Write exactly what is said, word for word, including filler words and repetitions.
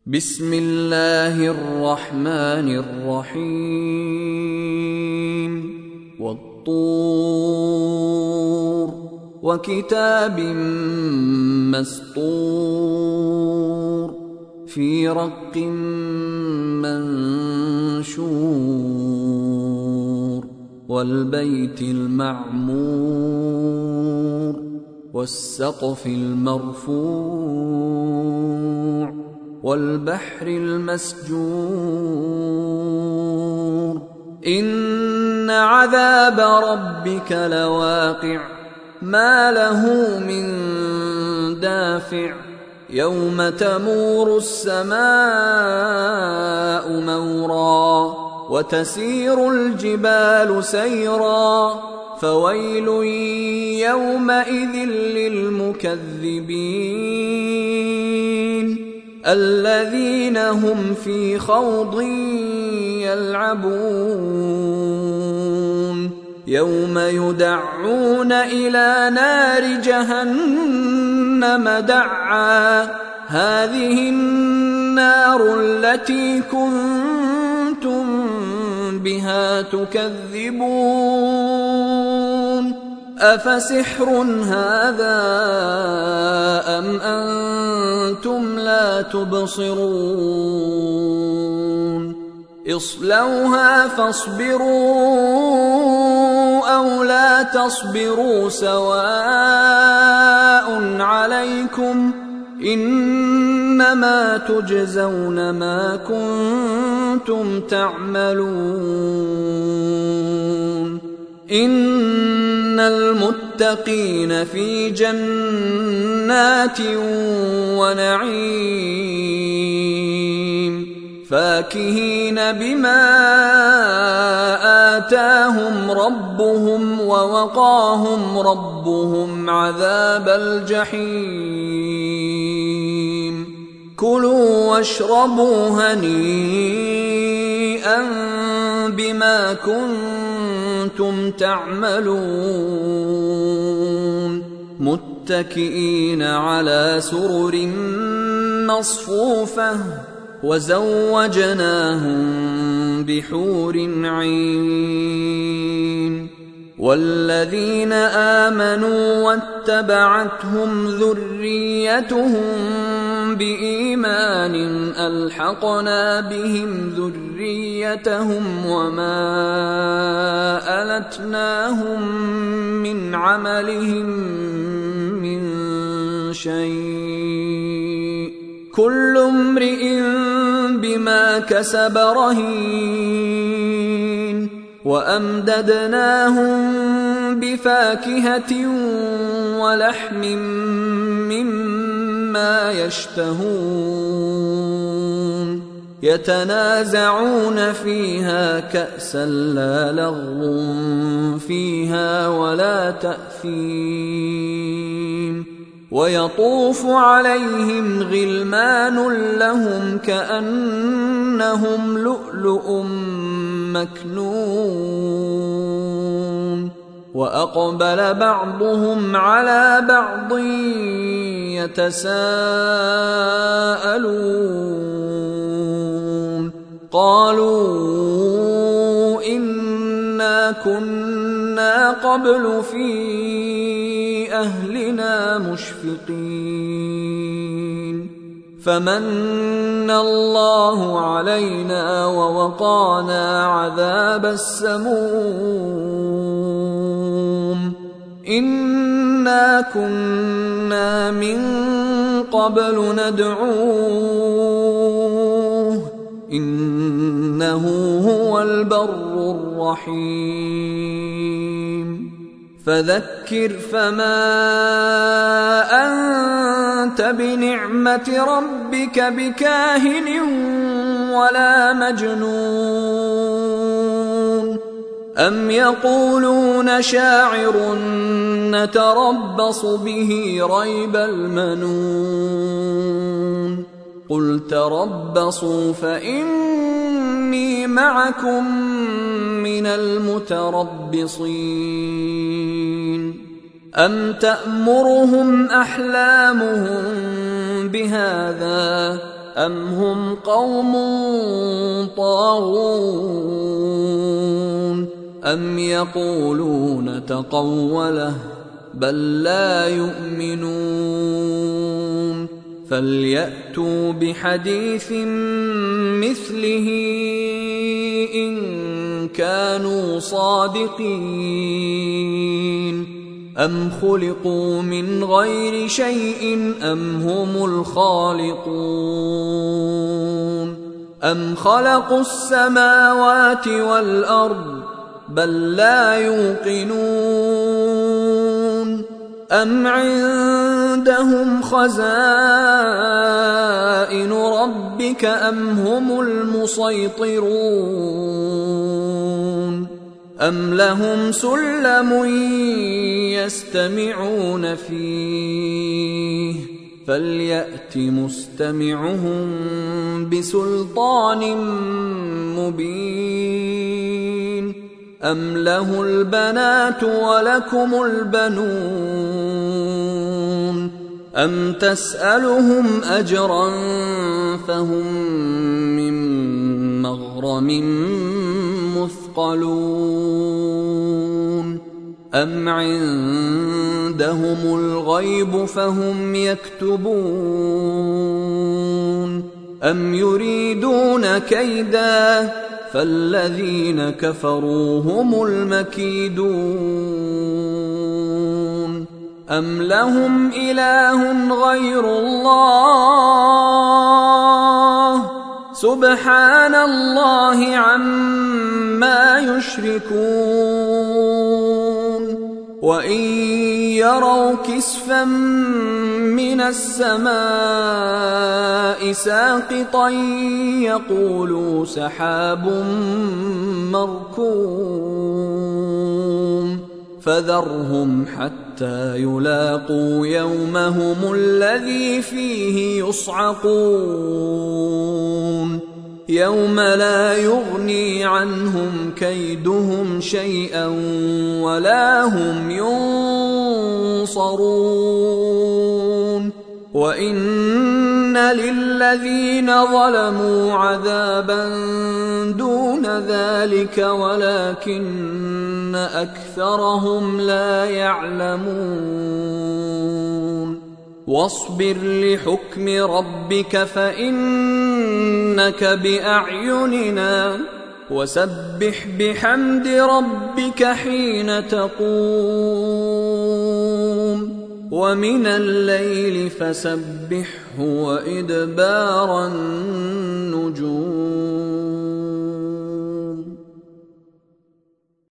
بسم الله الرحمن الرحيم والطور وكتاب مسطور في رق منشور والبيت المعمور والسقف المرفوع والبحر المسجور إن عذاب ربك لواقع ما له من دافع يوم تمور السماء مورا وتسير الجبال سيرا فويل يومئذ للمكذبين الذين هم في خوض يلعبون يوم يدعون إلى نار جهنم دعا هذه النار التي كنتم بها تكذبون أفسحر هذا أم أنتم لا تبصرون اصلوها فاصبروا أو لا تصبروا سواء عليكم إنما تجزون ما كنتم تعملون إن المتقين في جنات ونعيم فاكهين بما آتاهم ربهم ووقاهم ربهم عذاب الجحيم كلوا واشربوا هنيئا بما كنتم تعملون متكئين على سرر مصفوفة وزوجناهم بحور عين والذين آمنوا واتبعتهم ذريتهم بإيمان ألحقنا بهم ذريتهم وما ألتناهم من عملهم من شيء كل امرئ بما كسب رهين وأمددناهم بفاكهة ولحم مما يشتهون يتنازعون فيها كأسا لا لغو فيها ولا تأثيم ويطوف عليهم غلمان لهم كأنهم لؤلؤ مكنون وأقبل بعضهم على بعض يتساءلون قالوا إنا كنا قبل في أهلنا مشفقين فمن الله علينا ووقانا عذاب السموم إنا كنا من قبل ندعوه إنه هو البر الرحيم فذكر فما أنت بنعمة ربك بكاهن ولا مجنون أم يقولون شاعر نتربص به ريب المنون قل تربصوا فإني معكم من المتربصين أم تأمرهم أحلامهم بهذا أم هم قوم طاغون أم يقولون تقوله بل لا يؤمنون فليأتوا بحديث مثله إن كانوا صادقين أم خلقوا من غير شيء أم هم الخالقون أم خلقوا السماوات والأرض بل لا يوقنون أم عندهم خزائن ربك أم هم المسيطرون أم لهم سلم يستمعون فيه فليأت مستمعهم بسلطان مبين أم له البنات ولكم البنون أم تسألهم أجرا فهم من مغرم مثقلون أم عندهم الغيب فهم يكتبون أم يريدون كيدا فالذين كفروا هم المكيدون أم لهم إله غير الله سبحان الله عما يشركون وإن يروا كسفا من السماء ساقطا يقولوا سحاب مركوم فذرهم حتى يلاقوا يومهم الذي فيه يصعقون يوم لا يغني عنهم كيدهم شيئا ولا هم ينصرون وإن للذين ظلموا عذابا دون ذلك ولكن أكثرهم لا يعلمون واصبر لحكم ربك فإنك بأعيننا وسبح بحمد ربك حين تقوم ومن الليل فسبحه وإدبار النجوم